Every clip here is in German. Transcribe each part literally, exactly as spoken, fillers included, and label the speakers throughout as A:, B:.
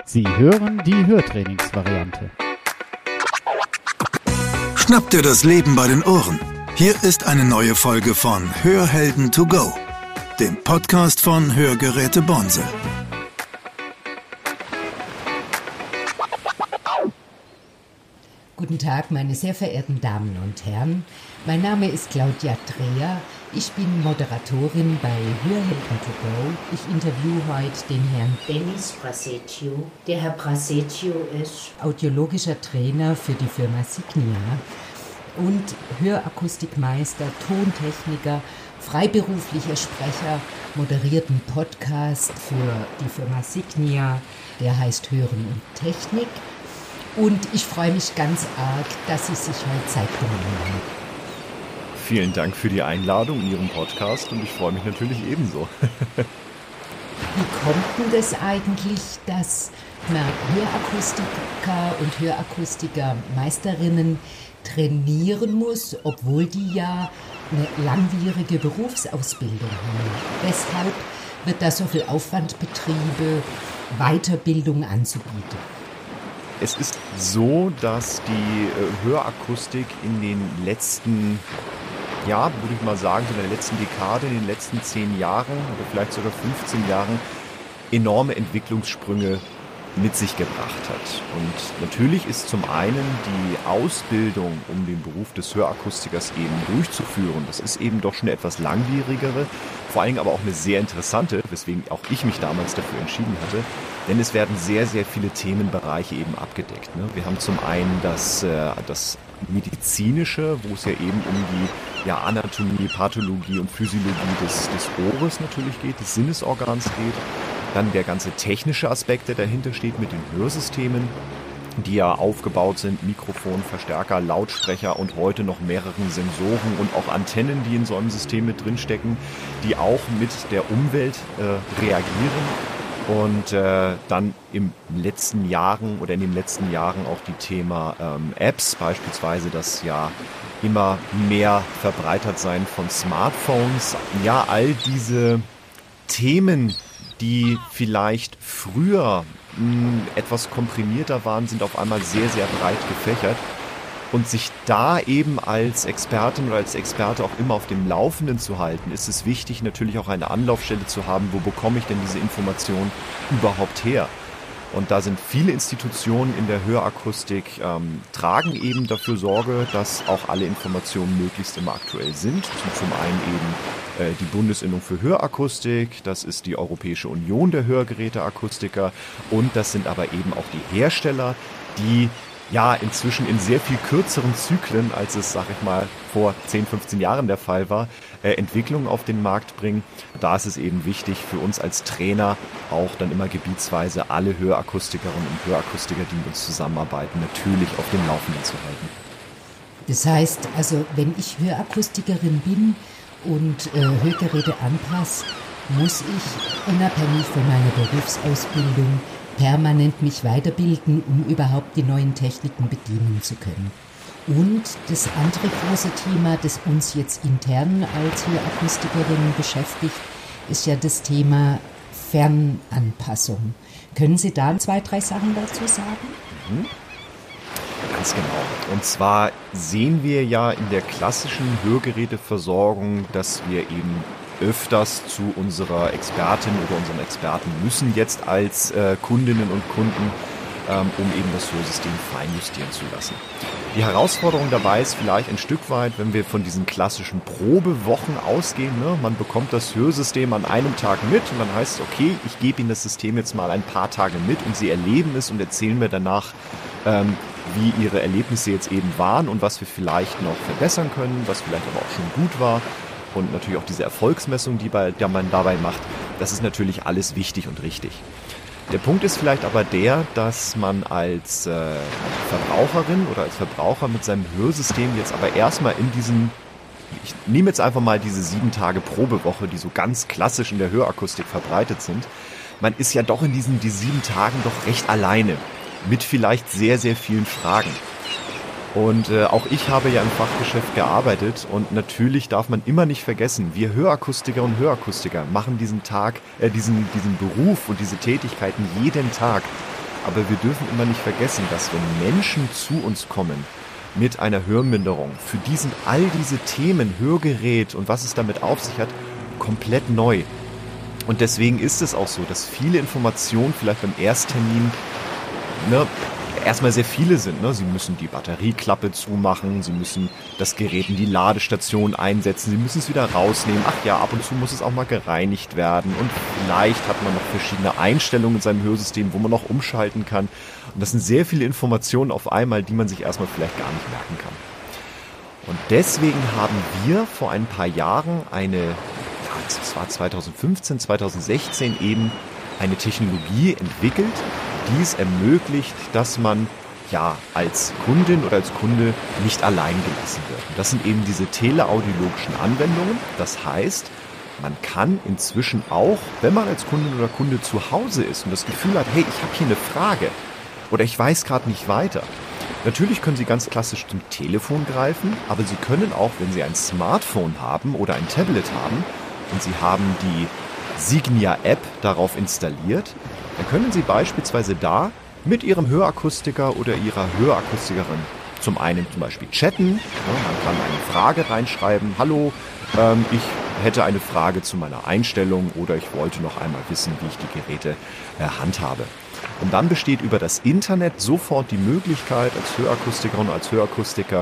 A: Sie hören die Hörtrainingsvariante.
B: Schnapp dir das Leben bei den Ohren. Hier ist eine neue Folge von Hörhelden to go, dem Podcast von Hörgeräte Bonse.
C: Guten Tag, meine sehr verehrten Damen und Herren. Mein Name ist Claudia Dreher. Ich bin Moderatorin bei Hörhelden to go. Ich interviewe heute den Herrn
D: Dennis Brasetio. Der Herr Brasetio ist
C: audiologischer Trainer für die Firma Signia und Hörakustikmeister, Tontechniker, freiberuflicher Sprecher, moderiert einen Podcast für die Firma Signia, der heißt Hören und Technik. Und ich freue mich ganz arg, dass Sie sich heute Zeit genommen haben.
E: Vielen Dank für die Einladung in Ihrem Podcast und ich freue mich natürlich ebenso.
C: Wie kommt denn das eigentlich, dass man Hörakustiker und Hörakustiker-Meisterinnen trainieren muss, obwohl die ja eine langwierige Berufsausbildung haben? Weshalb wird da so viel Aufwand betrieben, Weiterbildung anzubieten?
E: Es ist so, dass die Hörakustik in den letzten, ja, würde ich mal sagen, so in der letzten Dekade, in den letzten zehn Jahren oder vielleicht sogar fünfzehn Jahren enorme Entwicklungssprünge mit sich gebracht hat. Und natürlich ist zum einen die Ausbildung, um den Beruf des Hörakustikers eben durchzuführen, das ist eben doch schon eine etwas langwierigere, vor allem aber auch eine sehr interessante, weswegen auch ich mich damals dafür entschieden hatte, denn es werden sehr, sehr viele Themenbereiche eben abgedeckt. Ne? Wir haben zum einen das, äh, das Medizinische, wo es ja eben um die ja, Anatomie, Pathologie und Physiologie des, des Ohres natürlich geht, des Sinnesorgans geht. Dann der ganze technische Aspekt, der dahinter steht mit den Hörsystemen, die ja aufgebaut sind, Mikrofon, Verstärker, Lautsprecher und heute noch mehreren Sensoren und auch Antennen, die in so einem System mit drinstecken, die auch mit der Umwelt äh, reagieren. Und äh, dann im letzten Jahren oder in den letzten Jahren auch die Thema ähm, Apps, beispielsweise das ja immer mehr Verbreitetsein von Smartphones. Ja, all diese Themen, die vielleicht früher mh, etwas komprimierter waren, sind auf einmal sehr, sehr breit gefächert. Und sich da eben als Expertin oder als Experte auch immer auf dem Laufenden zu halten, ist es wichtig, natürlich auch eine Anlaufstelle zu haben, wo bekomme ich denn diese Information überhaupt her? Und da sind viele Institutionen in der Hörakustik, ähm, tragen eben dafür Sorge, dass auch alle Informationen möglichst immer aktuell sind. Das sind zum einen eben äh, die Bundesinnung für Hörakustik, das ist die Europäische Union der Hörgeräteakustiker und das sind aber eben auch die Hersteller, die ja inzwischen in sehr viel kürzeren Zyklen, als es, sag ich mal, vor zehn, fünfzehn Jahren der Fall war, äh, Entwicklungen auf den Markt bringen. Da ist es eben wichtig für uns als Trainer auch dann immer gebietsweise alle Hörakustikerinnen und Hörakustiker, die mit uns zusammenarbeiten, natürlich auf dem Laufenden zu halten.
C: Das heißt, also wenn ich Hörakustikerin bin und äh, Hörgeräte anpasse, muss ich unabhängig von meiner Berufsausbildung permanent mich weiterbilden, um überhaupt die neuen Techniken bedienen zu können. Und das andere große Thema, das uns jetzt intern als Hörakustikerinnen beschäftigt, ist ja das Thema Fernanpassung. Können Sie da zwei, drei Sachen dazu sagen?
E: Mhm. Ganz genau. Und zwar sehen wir ja in der klassischen Hörgeräteversorgung, dass wir eben öfters zu unserer Expertin oder unserem Experten müssen jetzt als äh, Kundinnen und Kunden, ähm, um eben das Hörsystem feinjustieren zu lassen. Die Herausforderung dabei ist vielleicht ein Stück weit, wenn wir von diesen klassischen Probewochen ausgehen, ne? Man bekommt das Hörsystem an einem Tag mit und dann heißt es, okay, ich gebe Ihnen das System jetzt mal ein paar Tage mit und Sie erleben es und erzählen mir danach, ähm, wie Ihre Erlebnisse jetzt eben waren und was wir vielleicht noch verbessern können, was vielleicht aber auch schon gut war. Und natürlich auch diese Erfolgsmessung, die, bei, die man dabei macht, das ist natürlich alles wichtig und richtig. Der Punkt ist vielleicht aber der, dass man als äh, Verbraucherin oder als Verbraucher mit seinem Hörsystem jetzt aber erstmal in diesen, ich nehme jetzt einfach mal diese sieben Tage Probewoche, die so ganz klassisch in der Hörakustik verbreitet sind, man ist ja doch in diesen die sieben Tagen doch recht alleine, mit vielleicht sehr, sehr vielen Fragen. Und äh, auch ich habe ja im Fachgeschäft gearbeitet und natürlich darf man immer nicht vergessen, wir Hörakustiker und Hörakustiker machen diesen Tag, äh, diesen, diesen Beruf und diese Tätigkeiten jeden Tag. aber wir dürfen immer nicht vergessen, dass wenn Menschen zu uns kommen mit einer Hörminderung, für die sind all diese Themen, Hörgerät und was es damit auf sich hat, komplett neu. Und deswegen ist es auch so, dass viele Informationen vielleicht beim Ersttermin ne, erstmal sehr viele sind. Ne? Sie müssen die Batterieklappe zumachen, Sie müssen das Gerät in die Ladestation einsetzen, Sie müssen es wieder rausnehmen. Ach ja, ab und zu muss es auch mal gereinigt werden und vielleicht hat man noch verschiedene Einstellungen in seinem Hörsystem, wo man noch umschalten kann. Und das sind sehr viele Informationen auf einmal, die man sich erstmal vielleicht gar nicht merken kann. Und deswegen haben wir vor ein paar Jahren eine, ja, das war zweitausendfünfzehn, zweitausendsechzehn eben, eine Technologie entwickelt, die es ermöglicht, dass man ja als Kundin oder als Kunde nicht allein gelassen wird. Und das sind eben diese teleaudiologischen Anwendungen. Das heißt, man kann inzwischen auch, wenn man als Kundin oder Kunde zu Hause ist und das Gefühl hat, hey, ich habe hier eine Frage oder ich weiß gerade nicht weiter. Natürlich können Sie ganz klassisch zum Telefon greifen, aber Sie können auch, wenn Sie ein Smartphone haben oder ein Tablet haben und Sie haben die Signia-App darauf installiert, dann können Sie beispielsweise da mit Ihrem Hörakustiker oder Ihrer Hörakustikerin zum einen zum Beispiel chatten. Ja, man kann eine Frage reinschreiben. Hallo, ähm, ich hätte eine Frage zu meiner Einstellung oder ich wollte noch einmal wissen, wie ich die Geräte äh, handhabe. Und dann besteht über das Internet sofort die Möglichkeit, als Hörakustikerin oder als Hörakustiker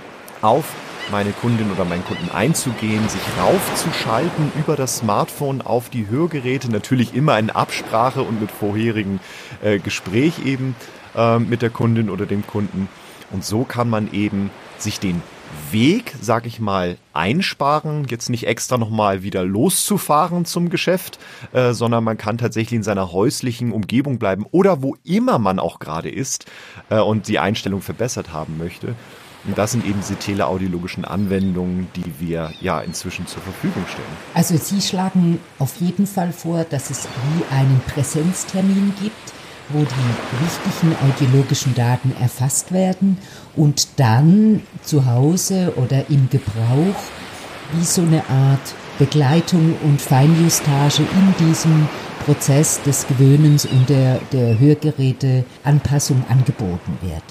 E: auf meine Kundin oder meinen Kunden einzugehen, sich raufzuschalten über das Smartphone auf die Hörgeräte, natürlich immer in Absprache und mit vorherigen äh, Gespräch eben äh, mit der Kundin oder dem Kunden. Und so kann man eben sich den Weg, sag ich mal, einsparen, jetzt nicht extra nochmal wieder loszufahren zum Geschäft, äh, sondern man kann tatsächlich in seiner häuslichen Umgebung bleiben oder wo immer man auch gerade ist äh, und die Einstellung verbessert haben möchte. Und das sind eben diese teleaudiologischen Anwendungen, die wir ja inzwischen zur Verfügung stellen.
C: Also Sie schlagen auf jeden Fall vor, dass es wie einen Präsenztermin gibt, wo die wichtigen audiologischen Daten erfasst werden und dann zu Hause oder im Gebrauch wie so eine Art Begleitung und Feinjustage in diesem Prozess des Gewöhnens und der, der Hörgeräteanpassung angeboten wird.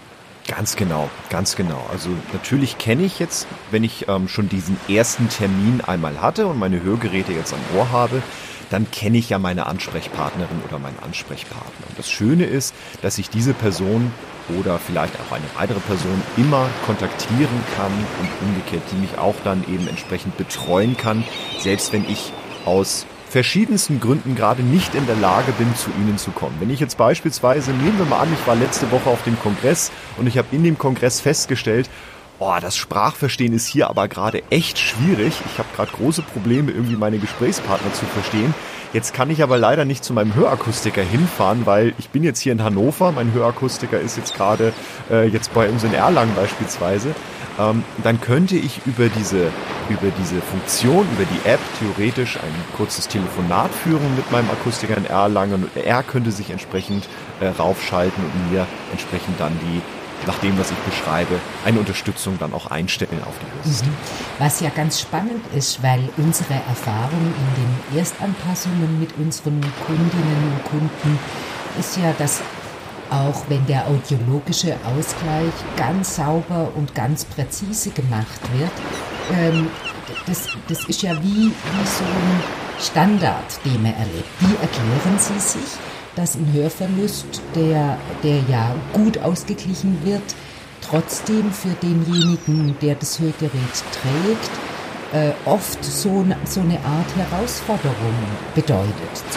E: Ganz genau, ganz genau. Also natürlich kenne ich jetzt, wenn ich ähm, schon diesen ersten Termin einmal hatte und meine Hörgeräte jetzt am Ohr habe, dann kenne ich ja meine Ansprechpartnerin oder meinen Ansprechpartner. Und das Schöne ist, dass ich diese Person oder vielleicht auch eine weitere Person immer kontaktieren kann und umgekehrt, die mich auch dann eben entsprechend betreuen kann, selbst wenn ich aus verschiedensten Gründen gerade nicht in der Lage bin, zu Ihnen zu kommen. Wenn ich jetzt beispielsweise, nehmen wir mal an, ich war letzte Woche auf dem Kongress und ich habe in dem Kongress festgestellt, oh, das Sprachverstehen ist hier aber gerade echt schwierig. Ich habe gerade große Probleme, irgendwie meine Gesprächspartner zu verstehen. Jetzt kann ich aber leider nicht zu meinem Hörakustiker hinfahren, weil ich bin jetzt hier in Hannover. Mein Hörakustiker ist jetzt gerade äh, jetzt bei uns in Erlangen beispielsweise. Ähm, dann könnte ich über diese, über diese Funktion, über die App theoretisch ein kurzes Telefonat führen mit meinem Akustiker in Erlangen. Und er könnte sich entsprechend äh, raufschalten und mir entsprechend dann die, nach dem, was ich beschreibe, eine Unterstützung dann auch einstellen auf die Hörsysteme.
C: Was ja ganz spannend ist, weil unsere Erfahrung in den Erstanpassungen mit unseren Kundinnen und Kunden ist ja, dass auch wenn der audiologische Ausgleich ganz sauber und ganz präzise gemacht wird, ähm, das, das ist ja wie, wie so ein Standard, den man erlebt. Wie erklären Sie sich, dass ein Hörverlust, der, der ja gut ausgeglichen wird, trotzdem für denjenigen, der das Hörgerät trägt, äh, oft so, so eine Art Herausforderung bedeutet zu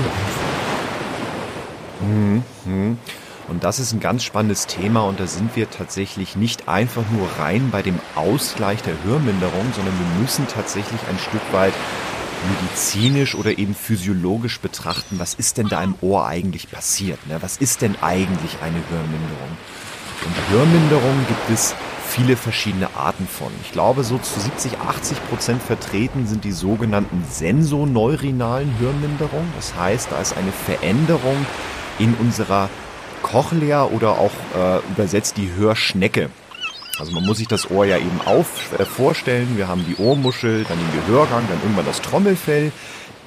C: Anfang?
E: Mhm. Und das ist ein ganz spannendes Thema und da sind wir tatsächlich nicht einfach nur rein bei dem Ausgleich der Hörminderung, sondern wir müssen tatsächlich ein Stück weit medizinisch oder eben physiologisch betrachten, was ist denn da im Ohr eigentlich passiert? Ne? Was ist denn eigentlich eine Hörminderung? Und Hörminderung gibt es viele verschiedene Arten von. Ich glaube, so zu siebzig, achtzig Prozent vertreten sind die sogenannten sensoneurinalen Hörminderungen. Das heißt, da ist eine Veränderung in unserer Cochlea oder auch äh, übersetzt die Hörschnecke. Also man muss sich das Ohr ja eben auf, äh, vorstellen. Wir haben die Ohrmuschel, dann den Gehörgang, dann irgendwann das Trommelfell.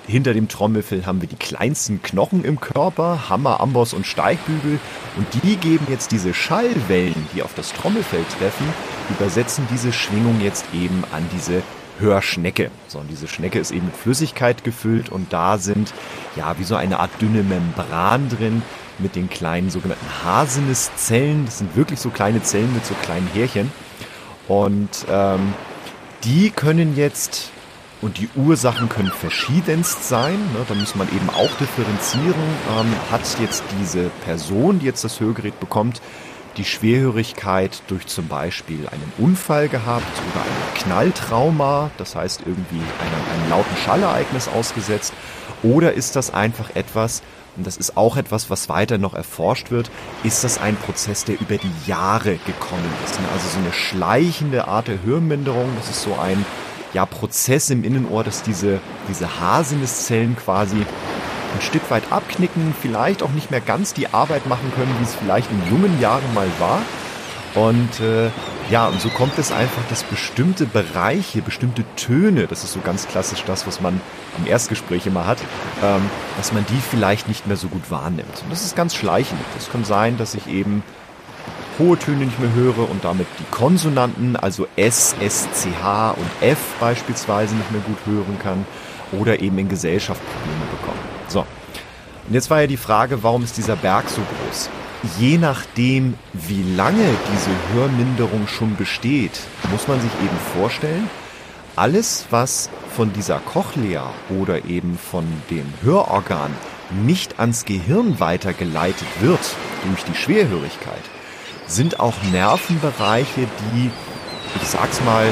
E: hinter dem Trommelfell haben wir die kleinsten Knochen im Körper, Hammer, Amboss und Steigbügel. Und die geben jetzt diese Schallwellen, die auf das Trommelfell treffen, übersetzen diese Schwingung jetzt eben an diese Hörschnecke. So, und diese Schnecke ist eben mit Flüssigkeit gefüllt und da sind ja wie so eine Art dünne Membran drin mit den kleinen sogenannten Haarsinneszellen. Das sind wirklich so kleine Zellen mit so kleinen Härchen. Und ähm, die können jetzt, und die Ursachen können verschiedenst sein, ne, da muss man eben auch differenzieren, ähm, hat jetzt diese Person, die jetzt das Hörgerät bekommt, die Schwerhörigkeit durch zum Beispiel einen Unfall gehabt oder ein Knalltrauma, das heißt irgendwie einem, einem lauten Schallereignis ausgesetzt, oder ist das einfach etwas, und das ist auch etwas, was weiter noch erforscht wird, ist das ein Prozess, der über die Jahre gekommen ist. Also so eine schleichende Art der Hörminderung, das ist so ein ja, Prozess im Innenohr, dass diese, diese Haarsinneszellen quasi ein Stück weit abknicken, vielleicht auch nicht mehr ganz die Arbeit machen können, wie es vielleicht in jungen Jahren mal war. Und äh, ja, und so kommt es einfach, dass bestimmte Bereiche, bestimmte Töne, das ist so ganz klassisch das, was man im Erstgespräch immer hat, ähm, dass man die vielleicht nicht mehr so gut wahrnimmt. Und das ist ganz schleichend. Das kann sein, dass ich eben hohe Töne nicht mehr höre und damit die Konsonanten, also S, S, C, H und F beispielsweise nicht mehr gut hören kann oder eben in Gesellschaft Probleme bekomme. So, und jetzt war ja die Frage, warum ist dieser Berg so groß? Je nachdem, wie lange diese Hörminderung schon besteht, muss man sich eben vorstellen, alles, was von dieser Cochlea oder eben von dem Hörorgan nicht ans Gehirn weitergeleitet wird durch die Schwerhörigkeit, sind auch Nervenbereiche, die, ich sag's mal,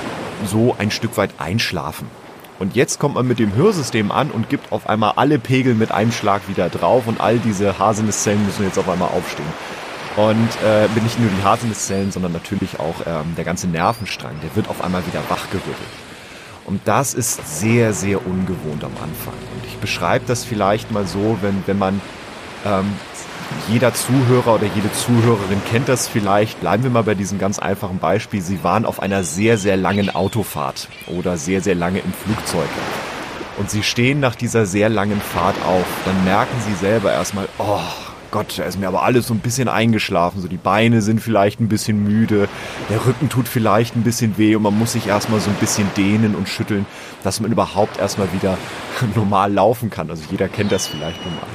E: so ein Stück weit einschlafen. Und jetzt kommt man mit dem Hörsystem an und gibt auf einmal alle Pegel mit einem Schlag wieder drauf und all diese Haarsinneszellen müssen jetzt auf einmal aufstehen. Und äh, nicht nur die Haarsinneszellen, sondern natürlich auch ähm, der ganze Nervenstrang, der wird auf einmal wieder wachgerüttelt. Und das ist sehr, sehr ungewohnt am Anfang. Und ich beschreibe das vielleicht mal so, wenn, wenn man, ähm, jeder Zuhörer oder jede Zuhörerin kennt das vielleicht, bleiben wir mal bei diesem ganz einfachen Beispiel, Sie waren auf einer sehr, sehr langen Autofahrt oder sehr, sehr lange im Flugzeug. Und Sie stehen nach dieser sehr langen Fahrt auf, dann merken Sie selber erstmal, oh Gott, da ist mir aber alles so ein bisschen eingeschlafen, so die Beine sind vielleicht ein bisschen müde, der Rücken tut vielleicht ein bisschen weh und man muss sich erstmal so ein bisschen dehnen und schütteln, dass man überhaupt erstmal wieder normal laufen kann. Also jeder kennt das vielleicht normal.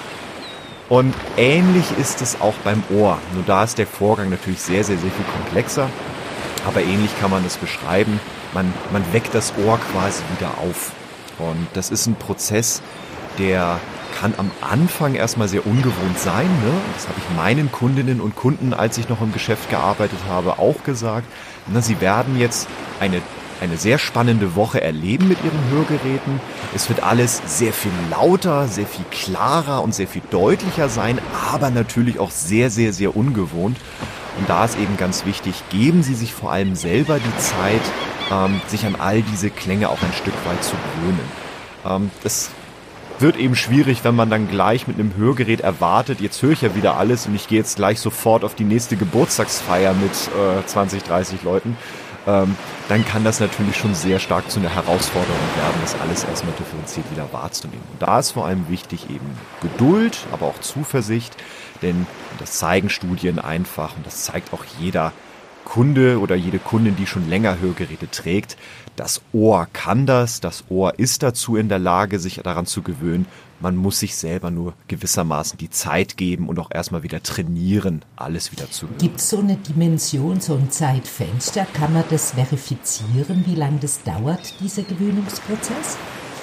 E: Und ähnlich ist es auch beim Ohr. Nur da ist der Vorgang natürlich sehr, sehr, sehr viel komplexer. Aber ähnlich kann man das beschreiben. Man, man weckt das Ohr quasi wieder auf. Und das ist ein Prozess, der kann am Anfang erstmal sehr ungewohnt sein. Ne? Das habe ich meinen Kundinnen und Kunden, als ich noch im Geschäft gearbeitet habe, auch gesagt. Na, sie werden jetzt eine eine sehr spannende Woche erleben mit ihren Hörgeräten. Es wird alles sehr viel lauter, sehr viel klarer und sehr viel deutlicher sein, aber natürlich auch sehr, sehr, sehr ungewohnt. Und da ist eben ganz wichtig, geben Sie sich vor allem selber die Zeit, ähm, sich an all diese Klänge auch ein Stück weit zu gewöhnen. Ähm, das wird eben schwierig, wenn man dann gleich mit einem Hörgerät erwartet, jetzt höre ich ja wieder alles und ich gehe jetzt gleich sofort auf die nächste Geburtstagsfeier mit äh, zwanzig, dreißig Leuten. Ähm, dann kann das natürlich schon sehr stark zu einer Herausforderung werden, das alles erstmal differenziert wieder wahrzunehmen. Und da ist vor allem wichtig eben Geduld, aber auch Zuversicht, denn das zeigen Studien einfach und das zeigt auch jeder Kunde oder jede Kundin, die schon länger Hörgeräte trägt. Das Ohr kann das, das Ohr ist dazu in der Lage, sich daran zu gewöhnen. Man muss sich selber nur gewissermaßen die Zeit geben und auch erstmal wieder trainieren, alles wieder zu hören.
C: Gibt es so eine Dimension, so ein Zeitfenster? Kann man das verifizieren, wie lange das dauert, dieser Gewöhnungsprozess?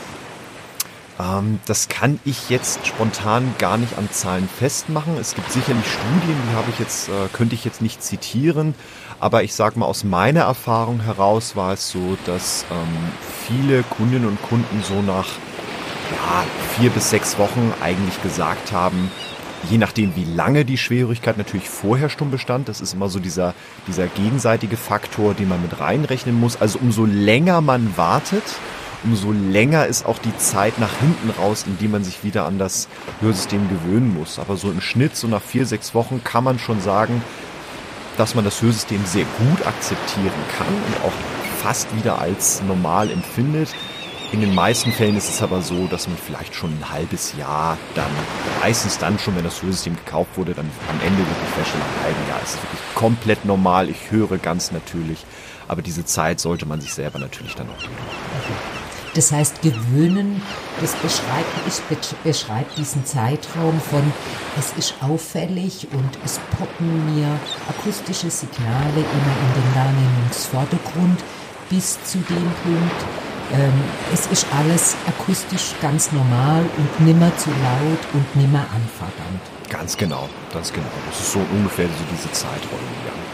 E: Ähm, das kann ich jetzt spontan gar nicht an Zahlen festmachen. Es gibt sicherlich Studien, die habe ich jetzt, äh, könnte ich jetzt nicht zitieren. Aber ich sage mal, aus meiner Erfahrung heraus war es so, dass ähm, viele Kundinnen und Kunden so nach ja, vier bis sechs Wochen eigentlich gesagt haben, je nachdem wie lange die Schwerhörigkeit natürlich vorher schon bestand, das ist immer so dieser, dieser gegenseitige Faktor, den man mit reinrechnen muss. Also umso länger man wartet, umso länger ist auch die Zeit nach hinten raus, in die man sich wieder an das Hörsystem gewöhnen muss. Aber so im Schnitt, so nach vier, sechs Wochen kann man schon sagen, dass man das Hörsystem sehr gut akzeptieren kann und auch fast wieder als normal empfindet. In den meisten Fällen ist es aber so, dass man vielleicht schon ein halbes Jahr dann, meistens dann schon, wenn das Hörsystem gekauft wurde, dann am Ende wirklich feststellen, nach einem halben Jahr ist es wirklich komplett normal, ich höre ganz natürlich, aber diese Zeit sollte man sich selber natürlich dann auch geben.
C: Das heißt, gewöhnen, das beschreibt, ich beschreibe diesen Zeitraum von, es ist auffällig und es poppen mir akustische Signale immer in den Wahrnehmungsvordergrund bis zu dem Punkt, ähm, es ist alles akustisch ganz normal und nimmer zu laut und nimmer anfordernd.
E: Ganz genau, ganz genau. Das ist so ungefähr so diese Zeiträume,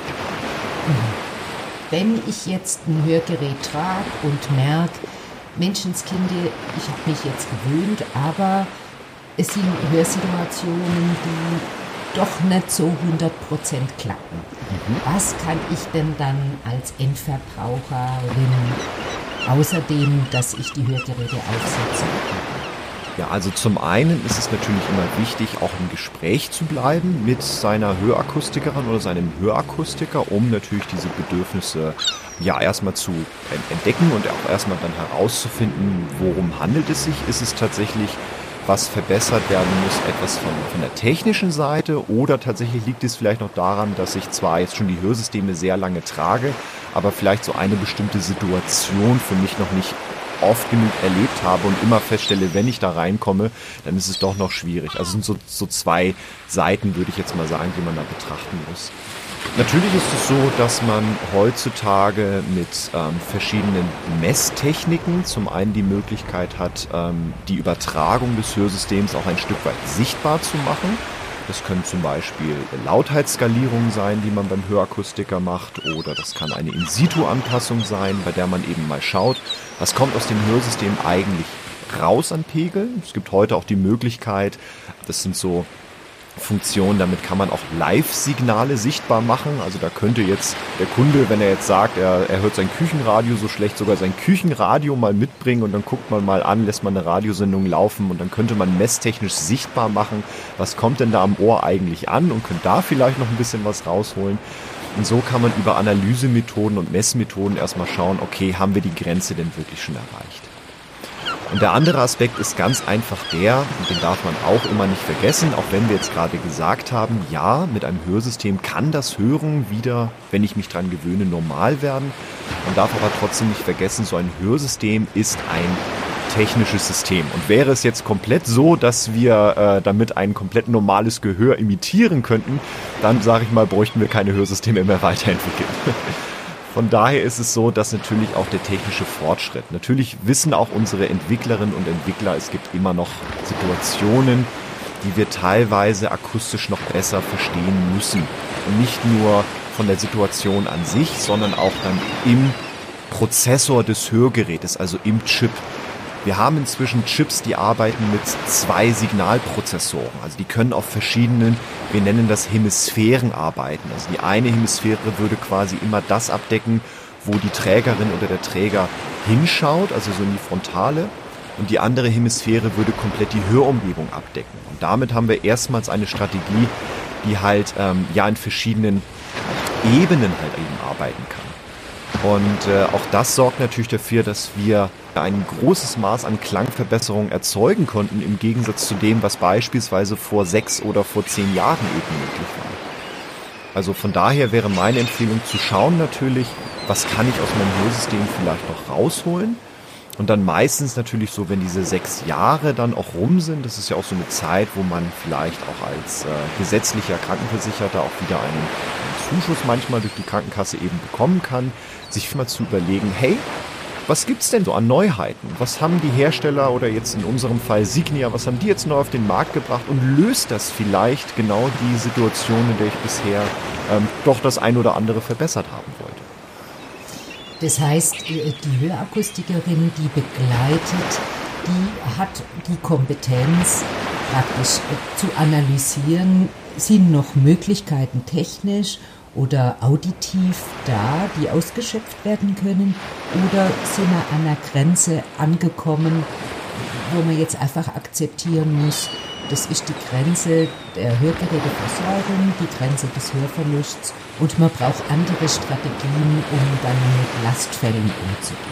E: ja.
C: Wenn ich jetzt ein Hörgerät trage und merke, Menschenskinder, ich habe mich jetzt gewöhnt, aber es sind Hörsituationen, die doch nicht so hundert Prozent klappen. Mhm. Was kann ich denn dann als Endverbraucherin, außerdem, dass ich die Hörgeräte aufsetze?
E: Ja, also zum einen ist es natürlich immer wichtig, auch im Gespräch zu bleiben mit seiner Hörakustikerin oder seinem Hörakustiker, um natürlich diese Bedürfnisse ja erstmal zu entdecken und auch erstmal dann herauszufinden, worum handelt es sich. Ist es tatsächlich, was verbessert werden muss, etwas von, von der technischen Seite, oder tatsächlich liegt es vielleicht noch daran, dass ich zwar jetzt schon die Hörsysteme sehr lange trage, aber vielleicht so eine bestimmte Situation für mich noch nicht oft genug erlebt habe und immer feststelle, wenn ich da reinkomme, dann ist es doch noch schwierig. Also es sind so, so zwei Seiten, würde ich jetzt mal sagen, die man da betrachten muss. Natürlich ist es so, dass man heutzutage mit ähm, verschiedenen Messtechniken zum einen die Möglichkeit hat, ähm, die Übertragung des Hörsystems auch ein Stück weit sichtbar zu machen. Das können zum Beispiel Lautheitsskalierungen sein, die man beim Hörakustiker macht, oder das kann eine In-Situ-Anpassung sein, bei der man eben mal schaut, was kommt aus dem Hörsystem eigentlich raus an Pegel. Es gibt heute auch die Möglichkeit, das sind so Funktion, damit kann man auch Live-Signale sichtbar machen. Also da könnte jetzt der Kunde, wenn er jetzt sagt, er, er hört sein Küchenradio so schlecht, sogar sein Küchenradio mal mitbringen und dann guckt man mal an, lässt man eine Radiosendung laufen und dann könnte man messtechnisch sichtbar machen, was kommt denn da am Ohr eigentlich an, und könnte da vielleicht noch ein bisschen was rausholen. Und so kann man über Analysemethoden und Messmethoden erstmal schauen, okay, haben wir die Grenze denn wirklich schon erreicht? Und der andere Aspekt ist ganz einfach der, und den darf man auch immer nicht vergessen, auch wenn wir jetzt gerade gesagt haben, ja, mit einem Hörsystem kann das Hören wieder, wenn ich mich dran gewöhne, normal werden. Man darf aber trotzdem nicht vergessen, so ein Hörsystem ist ein technisches System. Und wäre es jetzt komplett so, dass wir äh, damit ein komplett normales Gehör imitieren könnten, dann, sage ich mal, bräuchten wir keine Hörsysteme mehr weiterentwickeln. Von daher ist es so, dass natürlich auch der technische Fortschritt, natürlich wissen auch unsere Entwicklerinnen und Entwickler, es gibt immer noch Situationen, die wir teilweise akustisch noch besser verstehen müssen. Und nicht nur von der Situation an sich, sondern auch dann im Prozessor des Hörgerätes, also im Chip. Wir haben inzwischen Chips, die arbeiten mit zwei Signalprozessoren. Also die können auf verschiedenen, wir nennen das Hemisphären arbeiten. Also die eine Hemisphäre würde quasi immer das abdecken, wo die Trägerin oder der Träger hinschaut, also so in die Frontale. Und die andere Hemisphäre würde komplett die Hörumgebung abdecken. Und damit haben wir erstmals eine Strategie, die halt ähm, ja in verschiedenen Ebenen halt eben arbeiten kann. Und äh, auch das sorgt natürlich dafür, dass wir ein großes Maß an Klangverbesserung erzeugen konnten, im Gegensatz zu dem, was beispielsweise vor sechs oder vor zehn Jahren eben möglich war. Also von daher wäre meine Empfehlung zu schauen natürlich, was kann ich aus meinem Hörsystem vielleicht noch rausholen. Und dann meistens natürlich so, wenn diese sechs Jahre dann auch rum sind, das ist ja auch so eine Zeit, wo man vielleicht auch als äh, gesetzlicher Krankenversicherter auch wieder einen, einen Zuschuss manchmal durch die Krankenkasse eben bekommen kann, sich mal zu überlegen, hey, was gibt's denn so an Neuheiten? Was haben die Hersteller oder jetzt in unserem Fall Signia, was haben die jetzt neu auf den Markt gebracht, und löst das vielleicht genau die Situation, in der ich bisher ähm, doch das ein oder andere verbessert haben wollte?
C: Das heißt, die Hörakustikerin, die begleitet, die hat die Kompetenz, praktisch zu analysieren, sind noch Möglichkeiten technisch oder auditiv da, die ausgeschöpft werden können, oder sind wir an einer Grenze angekommen, wo man jetzt einfach akzeptieren muss, das ist die Grenze der Hörgeräteversorgung, die Grenze des Hörverlusts, und man braucht andere Strategien, um dann mit Lastfällen umzugehen.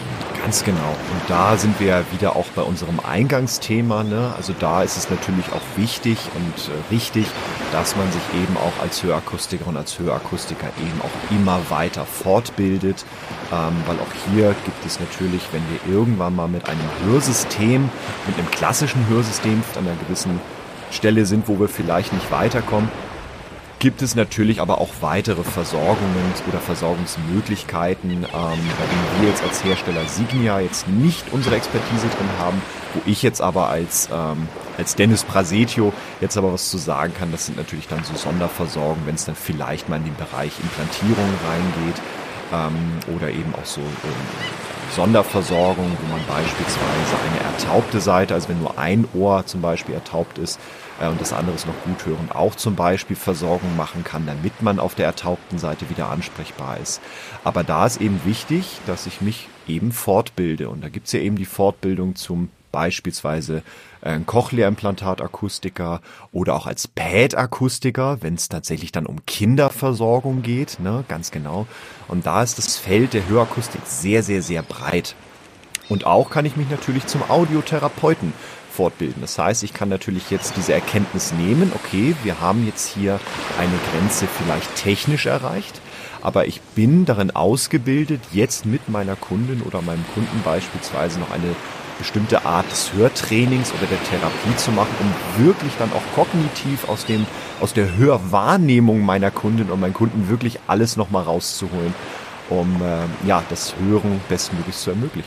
E: Ganz genau. Und da sind wir wieder auch bei unserem Eingangsthema, ne? Also da ist es natürlich auch wichtig und äh, richtig, dass man sich eben auch als Hörakustikerinnen und als Hörakustiker eben auch immer weiter fortbildet, ähm, weil auch hier gibt es natürlich, wenn wir irgendwann mal mit einem Hörsystem, mit einem klassischen Hörsystem an einer gewissen Stelle sind, wo wir vielleicht nicht weiterkommen, gibt es natürlich aber auch weitere Versorgungen oder Versorgungsmöglichkeiten, ähm, bei denen wir jetzt als Hersteller Signia jetzt nicht unsere Expertise drin haben, wo ich jetzt aber als, ähm, als Dennis Prasetio jetzt aber was zu sagen kann. Das sind natürlich dann so Sonderversorgungen, wenn es dann vielleicht mal in den Bereich Implantierung reingeht, ähm, oder eben auch so ähm, Sonderversorgung, wo man beispielsweise eine ertaubte Seite, also wenn nur ein Ohr zum Beispiel ertaubt ist, und das andere ist noch gut hörend, auch zum Beispiel Versorgung machen kann, damit man auf der ertaubten Seite wieder ansprechbar ist. Aber da ist eben wichtig, dass ich mich eben fortbilde. Und da gibt es ja eben die Fortbildung zum beispielsweise äh, Cochlea-Implantat-Akustiker oder auch als Pad-Akustiker, wenn es tatsächlich dann um Kinderversorgung geht, ne, ganz genau. Und da ist das Feld der Hörakustik sehr, sehr, sehr breit. Und auch kann ich mich natürlich zum Audiotherapeuten fortbilden. Das heißt, ich kann natürlich jetzt diese Erkenntnis nehmen, okay, wir haben jetzt hier eine Grenze vielleicht technisch erreicht, aber ich bin darin ausgebildet, jetzt mit meiner Kundin oder meinem Kunden beispielsweise noch eine bestimmte Art des Hörtrainings oder der Therapie zu machen, um wirklich dann auch kognitiv aus dem, aus der Hörwahrnehmung meiner Kundin und meinen Kunden wirklich alles nochmal rauszuholen, um äh, ja, das Hören bestmöglich zu ermöglichen.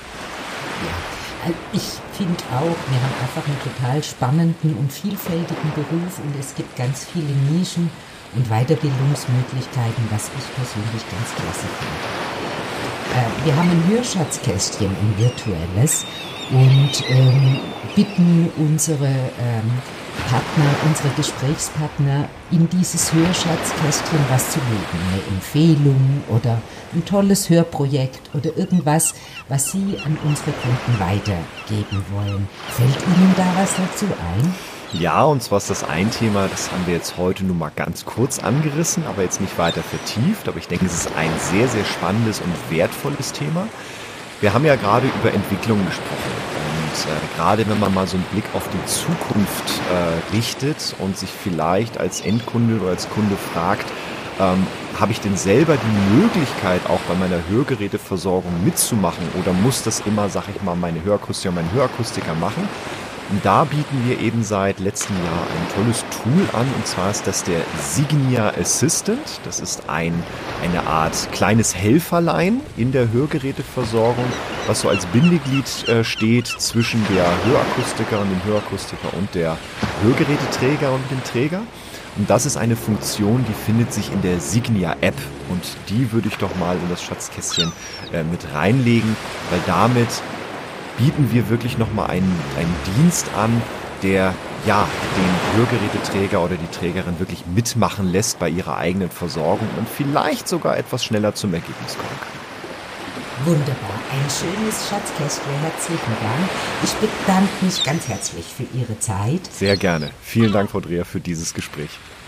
C: Ich finde auch, wir haben einfach einen total spannenden und vielfältigen Beruf und es gibt ganz viele Nischen und Weiterbildungsmöglichkeiten, was ich persönlich ganz klasse finde. Äh, wir haben ein Hörschatzkästchen, ein virtuelles, und ähm, bitten unsere ähm, Partner, unsere Gesprächspartner in dieses Hörschatzkästchen was zu legen, eine Empfehlung oder ein tolles Hörprojekt oder irgendwas, was Sie an unsere Kunden weitergeben wollen. Fällt Ihnen da was dazu ein?
E: Ja, und zwar ist das ein Thema, das haben wir jetzt heute nur mal ganz kurz angerissen, aber jetzt nicht weiter vertieft. Aber ich denke, es ist ein sehr, sehr spannendes und wertvolles Thema. Wir haben ja gerade über Entwicklung gesprochen und äh, gerade wenn man mal so einen Blick auf die Zukunft äh, richtet und sich vielleicht als Endkunde oder als Kunde fragt, ähm, habe ich denn selber die Möglichkeit, auch bei meiner Hörgeräteversorgung mitzumachen oder muss das immer, sag ich mal, meine Hörakustiker und mein Hörakustiker machen? Und da bieten wir eben seit letztem Jahr ein tolles Tool an, und zwar ist das der Signia Assistant. Das ist ein, eine Art kleines Helferlein in der Hörgeräteversorgung, was so als Bindeglied äh, steht zwischen der Hörakustikerin, dem Hörakustiker und der Hörgeräteträger und dem Träger. Und das ist eine Funktion, die findet sich in der Signia-App, und die würde ich doch mal in das Schatzkästchen äh, mit reinlegen, weil damit bieten wir wirklich nochmal einen, einen Dienst an, der ja den Hörgeräteträger oder die Trägerin wirklich mitmachen lässt bei ihrer eigenen Versorgung und vielleicht sogar etwas schneller zum Ergebnis kommen kann.
C: Wunderbar, ein schönes Schatzkästchen, herzlichen Dank. Ich bedanke mich ganz herzlich für Ihre Zeit.
E: Sehr gerne. Vielen Dank, Frau Dreher, für dieses Gespräch.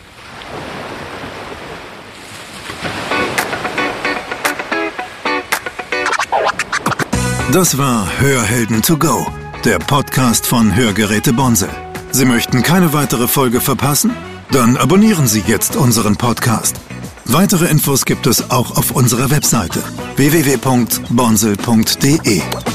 B: Das war Hörhelden to go, der Podcast von Hörgeräte Bonsel. Sie möchten keine weitere Folge verpassen? Dann abonnieren Sie jetzt unseren Podcast. Weitere Infos gibt es auch auf unserer Webseite w w w punkt bonsel punkt d e.